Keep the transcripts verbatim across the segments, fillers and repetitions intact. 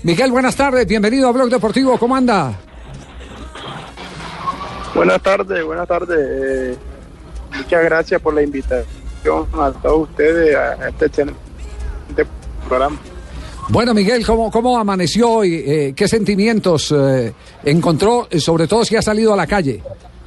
Miguel, buenas tardes, bienvenido a Blog Deportivo, ¿cómo anda? Buenas tardes, buenas tardes. Eh, muchas gracias por la invitación a todos ustedes a este excelente programa. Bueno, Miguel, ¿cómo, cómo amaneció hoy? Eh, ¿Qué sentimientos eh, encontró, sobre todo si ha salido a la calle?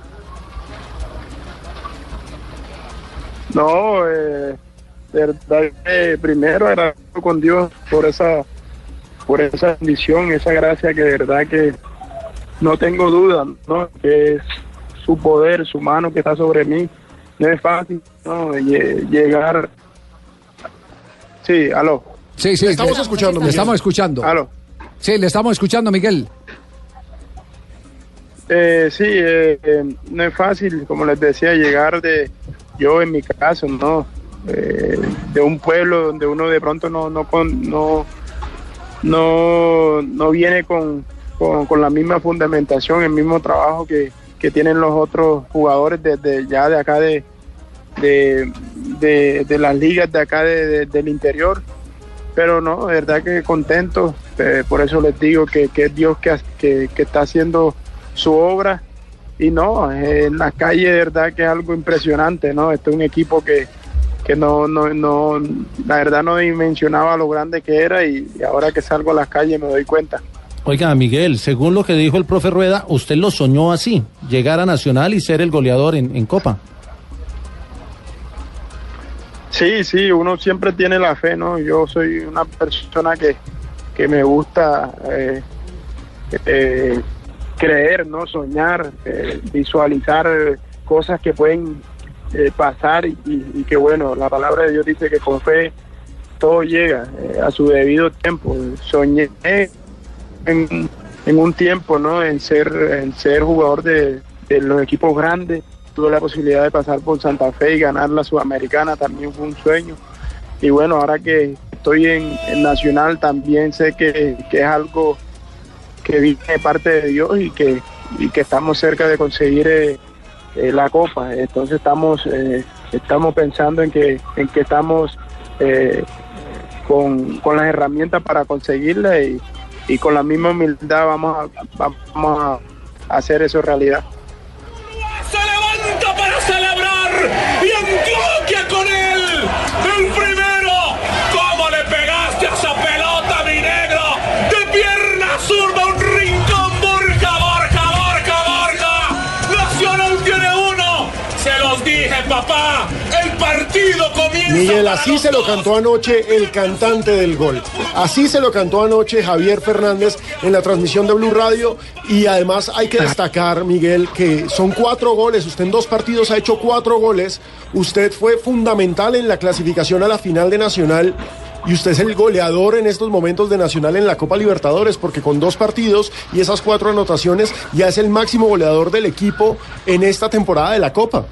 No, eh, de verdad que primero agradezco con Dios por esa, por esa bendición, esa gracia que de verdad que no tengo duda, ¿no? Que es su poder, su mano que está sobre mí. No es fácil, ¿no? Llegar. Sí, aló. Sí, sí, le estamos le, escuchando. Le estamos escuchando. Aló. Sí, le estamos escuchando, Miguel. Eh, sí, eh, eh, no es fácil, como les decía, llegar de, yo en mi caso, ¿no? Eh, de un pueblo donde uno de pronto no, no, con, no, no, no viene con, con, con la misma fundamentación, el mismo trabajo que, que tienen los otros jugadores desde ya de acá de, de, de, de las ligas de acá de, de, del interior. Pero no, de verdad que contento, eh, por eso les digo que, que es Dios que, que, que está haciendo su obra. Y no, eh, en la calle de verdad que es algo impresionante, ¿no? Este es un equipo que, que no, no, no, la verdad no dimensionaba lo grande que era y, y ahora que salgo a las calles me doy cuenta. Oiga, Miguel, según lo que dijo el profe Rueda, usted lo soñó así, llegar a Nacional y ser el goleador en, en Copa. Sí, sí, uno siempre tiene la fe, ¿no? Yo soy una persona que, que me gusta eh, eh, creer, ¿no? Soñar, eh, visualizar cosas que pueden eh, pasar y, y que, bueno, la palabra de Dios dice que con fe todo llega eh, a su debido tiempo. Soñé en, en un tiempo, ¿no? En ser, en ser jugador de, de los equipos grandes. Tuve la posibilidad de pasar por Santa Fe y ganar la Sudamericana, también fue un sueño. Y bueno, ahora que estoy en, en Nacional también sé que, que es algo que viene de parte de Dios y que, y que estamos cerca de conseguir eh, eh, la Copa. Entonces estamos, eh, estamos pensando en que, en que estamos eh, con, con las herramientas para conseguirla y, y con la misma humildad vamos a, vamos a hacer eso realidad. Se levanta para celebrar y Antioquia con él, el primero. ¿Cómo le pegaste a esa pelota, mi negro? De pierna zurda, un rincón, Borja, Borja, Borja, Borja. Nacional tiene uno. Se los dije, papá. El partido comienza. Miguel, así se lo cantó anoche el cantante del gol. Así se lo cantó anoche Javier Fernández en la transmisión de Blue Radio. Y además hay que destacar, Miguel, que son cuatro goles. Usted en dos partidos ha hecho cuatro goles. Usted fue fundamental en la clasificación a la final de Nacional. Y usted es el goleador en estos momentos de Nacional en la Copa Libertadores, porque con dos partidos y esas cuatro anotaciones ya es el máximo goleador del equipo en esta temporada de la Copa.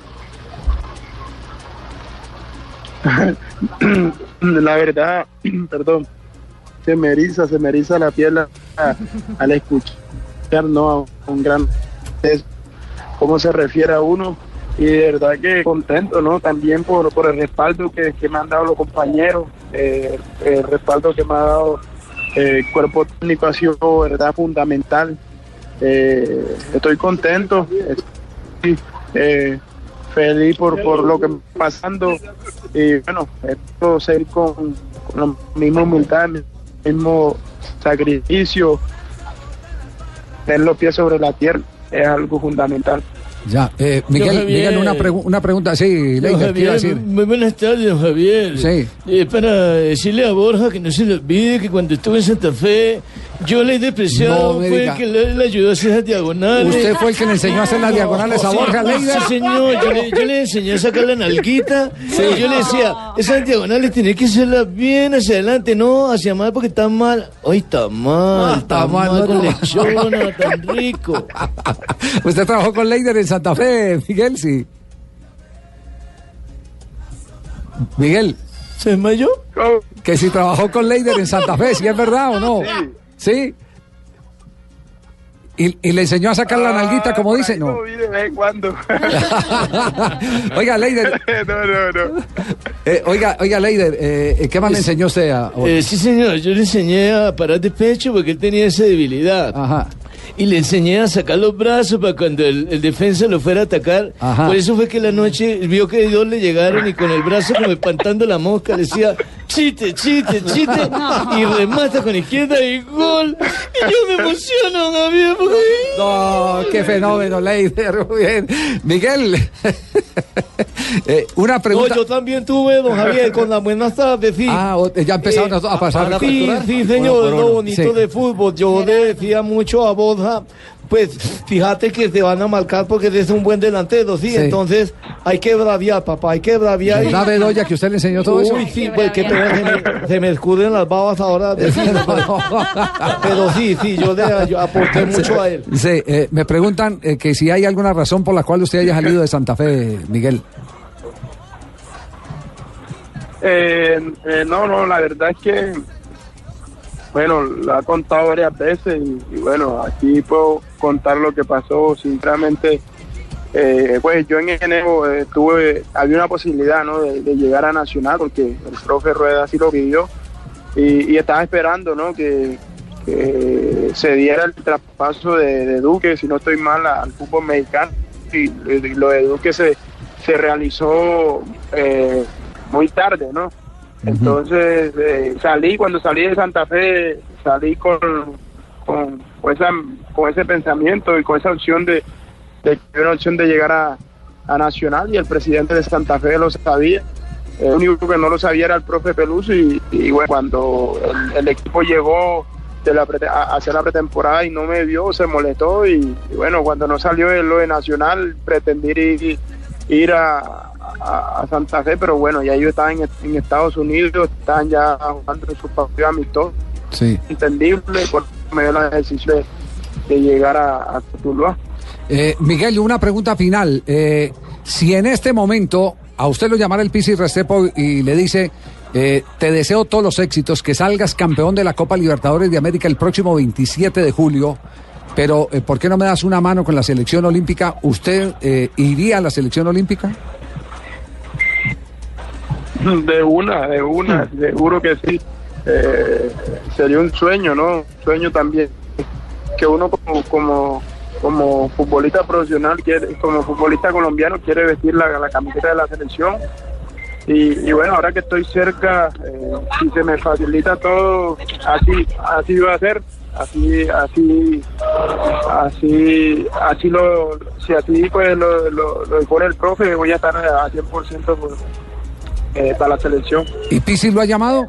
La verdad, perdón, se me eriza, se me eriza la piel a, a, al escuchar, ¿no? A un gran cómo se refiere a uno, y de verdad que contento, ¿no? También por, por el respaldo que, que me han dado los compañeros, eh, el respaldo que me ha dado eh, el cuerpo técnico ha sido, verdad, fundamental. Eh, estoy contento, estoy, eh, feliz por, por lo que está pasando y bueno, espero seguir con, con la misma humildad, el mismo sacrificio, tener los pies sobre la tierra es algo fundamental. Ya, eh, Miguel, Miguel, una, pregu- una pregunta, sí, Leider, ¿qué iba a decir? Muy buenas tardes, don Javier. Sí. Eh, para decirle a Borja que no se le olvide que cuando estuve en Santa Fe, yo le he despreciado, No me fue diga. el que le, le ayudó a hacer esas diagonales. ¿Usted fue el que le enseñó a hacer las diagonales a Borja, Leider? Sí, señor, yo le, yo le enseñé a sacar la nalguita. Sí. Y yo le decía, esas diagonales tiene que hacerlas bien hacia adelante, no hacia mal porque están mal. Ay, está mal, Ah, está, está mal, mal, no, con no. lechona, tan rico. ¿Usted trabajó con Leider en Santa Fe, Miguel? Sí. Miguel, ¿Se desmayó? Oh, que si trabajó con Leider en Santa Fe, ¿sí es verdad o no? sí. ¿Sí? y, y le enseñó a sacar la nalguita, como por dice, ahí no. lo vi de vez en cuando. Oiga, Leider. no, no, no. Eh, oiga, oiga, Leider, eh, ¿qué más le enseñó usted a...? Eh, sí, señor, yo le enseñé a parar de pecho porque él tenía esa debilidad. Ajá. Y le enseñé a sacar los brazos para cuando el, el defensa lo fuera a atacar. Ajá. Por eso fue que la noche vio que dos le llegaron y con el brazo como espantando la mosca le decía, chiste, chiste, chiste. Y remata con izquierda y gol. Y yo me emociono, Javier. Porque... No, qué fenómeno, Leider. Muy bien. Miguel, eh, una No, pregunta. yo también tuve, don Javier, con las buenas tardes, sí. Ah, o- ya empezaron a- a pasar. Ah, sí, sí, señor, es lo bonito Sí. de fútbol. Yo le decía mucho a Borja, pues fíjate que te van a marcar porque eres un buen delantero, sí, Sí. entonces hay que braviar, papá, hay que braviar. ¿Verdad, Bedoya, que usted le enseñó todo eso? Uy, sí, pues que pena, se, me, se me escurren las babas ahora. decirlo, pero, pero sí, sí, yo le yo aporté mucho a él. Sí, eh, me preguntan eh, que si hay alguna razón por la cual usted haya salido de Santa Fe, Miguel. Eh, eh, no, no, la verdad es que, bueno, lo ha contado varias veces y, y bueno, aquí puedo contar lo que pasó. Sinceramente, eh, pues yo en enero eh, tuve, había una posibilidad, ¿no?, de, de llegar a Nacional porque el profe Rueda así lo pidió y, y estaba esperando, ¿no?, que, que se diera el traspaso de, de Duque, si no estoy mal, al fútbol mexicano, y, y lo de Duque se, se realizó eh, muy tarde, ¿no? Entonces eh, salí, cuando salí de Santa Fe, salí con, con, con, esa, con ese pensamiento y con esa opción de, de una opción de llegar a, a Nacional, y el presidente de Santa Fe lo sabía. El único que no lo sabía era el profe Peluso, y, y bueno, cuando el, el equipo llegó de la pre, a, a hacer la pretemporada y no me vio, se molestó, y, y bueno, cuando no salió de lo de Nacional, pretendí ir, ir a A, a Santa Fe, pero bueno, ya ellos estaban en, en Estados Unidos, estaban ya jugando en su partido amistoso. Sí. Entendible, por medio de la decisión de, de llegar a, a Tuluá. Eh, Miguel, una pregunta final. Eh, si en este momento a usted lo llamara el Pizzi Restrepo y le dice, eh, te deseo todos los éxitos, que salgas campeón de la Copa Libertadores de América el próximo veintisiete de julio, pero eh, ¿por qué no me das una mano con la selección olímpica? ¿Usted eh, iría a la selección olímpica? De una, de una, seguro que sí. Eh, sería un sueño, ¿no? Un sueño también que uno como como como futbolista profesional quiere, como futbolista colombiano quiere vestir la, la camiseta de la selección. Y, y bueno, ahora que estoy cerca, eh, si se me facilita todo, así así va a ser, así así así así lo si así pues lo, lo, lo pone el profe, voy a estar a cien por ciento por, Eh, para la selección. ¿Y Pizzi lo ha llamado?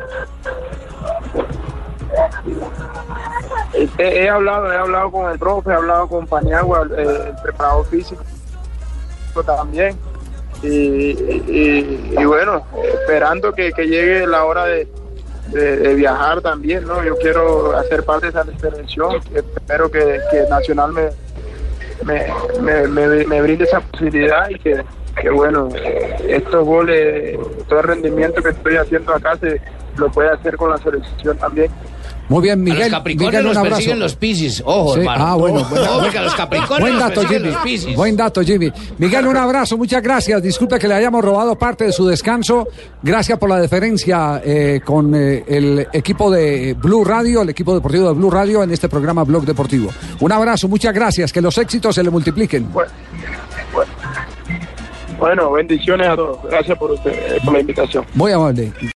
He, he hablado, he hablado con el profe, he hablado con Paniagua, eh, el preparador físico también, y, y, y bueno, esperando que, que llegue la hora de, de, de viajar también, ¿no? Yo quiero hacer parte de esa selección, espero que, que Nacional me, me, me, me, me brinde esa posibilidad y que que bueno, estos goles, todo el rendimiento que estoy haciendo acá se lo puede hacer con la selección también. Muy bien, Miguel. A los Capricornios Miguel, un los abrazo. persiguen los Piscis. Ojo, Sí, hermano. ah, bueno, Ojo, bueno. porque a los Capricornios Buen los dato, persiguen Jimmy. los Piscis. Buen dato, Jimmy. Miguel, un abrazo, muchas gracias. Disculpe que le hayamos robado parte de su descanso. Gracias por la deferencia eh, con eh, el equipo de Blue Radio, el equipo deportivo de Blue Radio en este programa Blog Deportivo. Un abrazo, muchas gracias. Que los éxitos se le multipliquen. Bueno, bueno, bueno bendiciones a todos. Gracias por usted, por la invitación. Muy amable.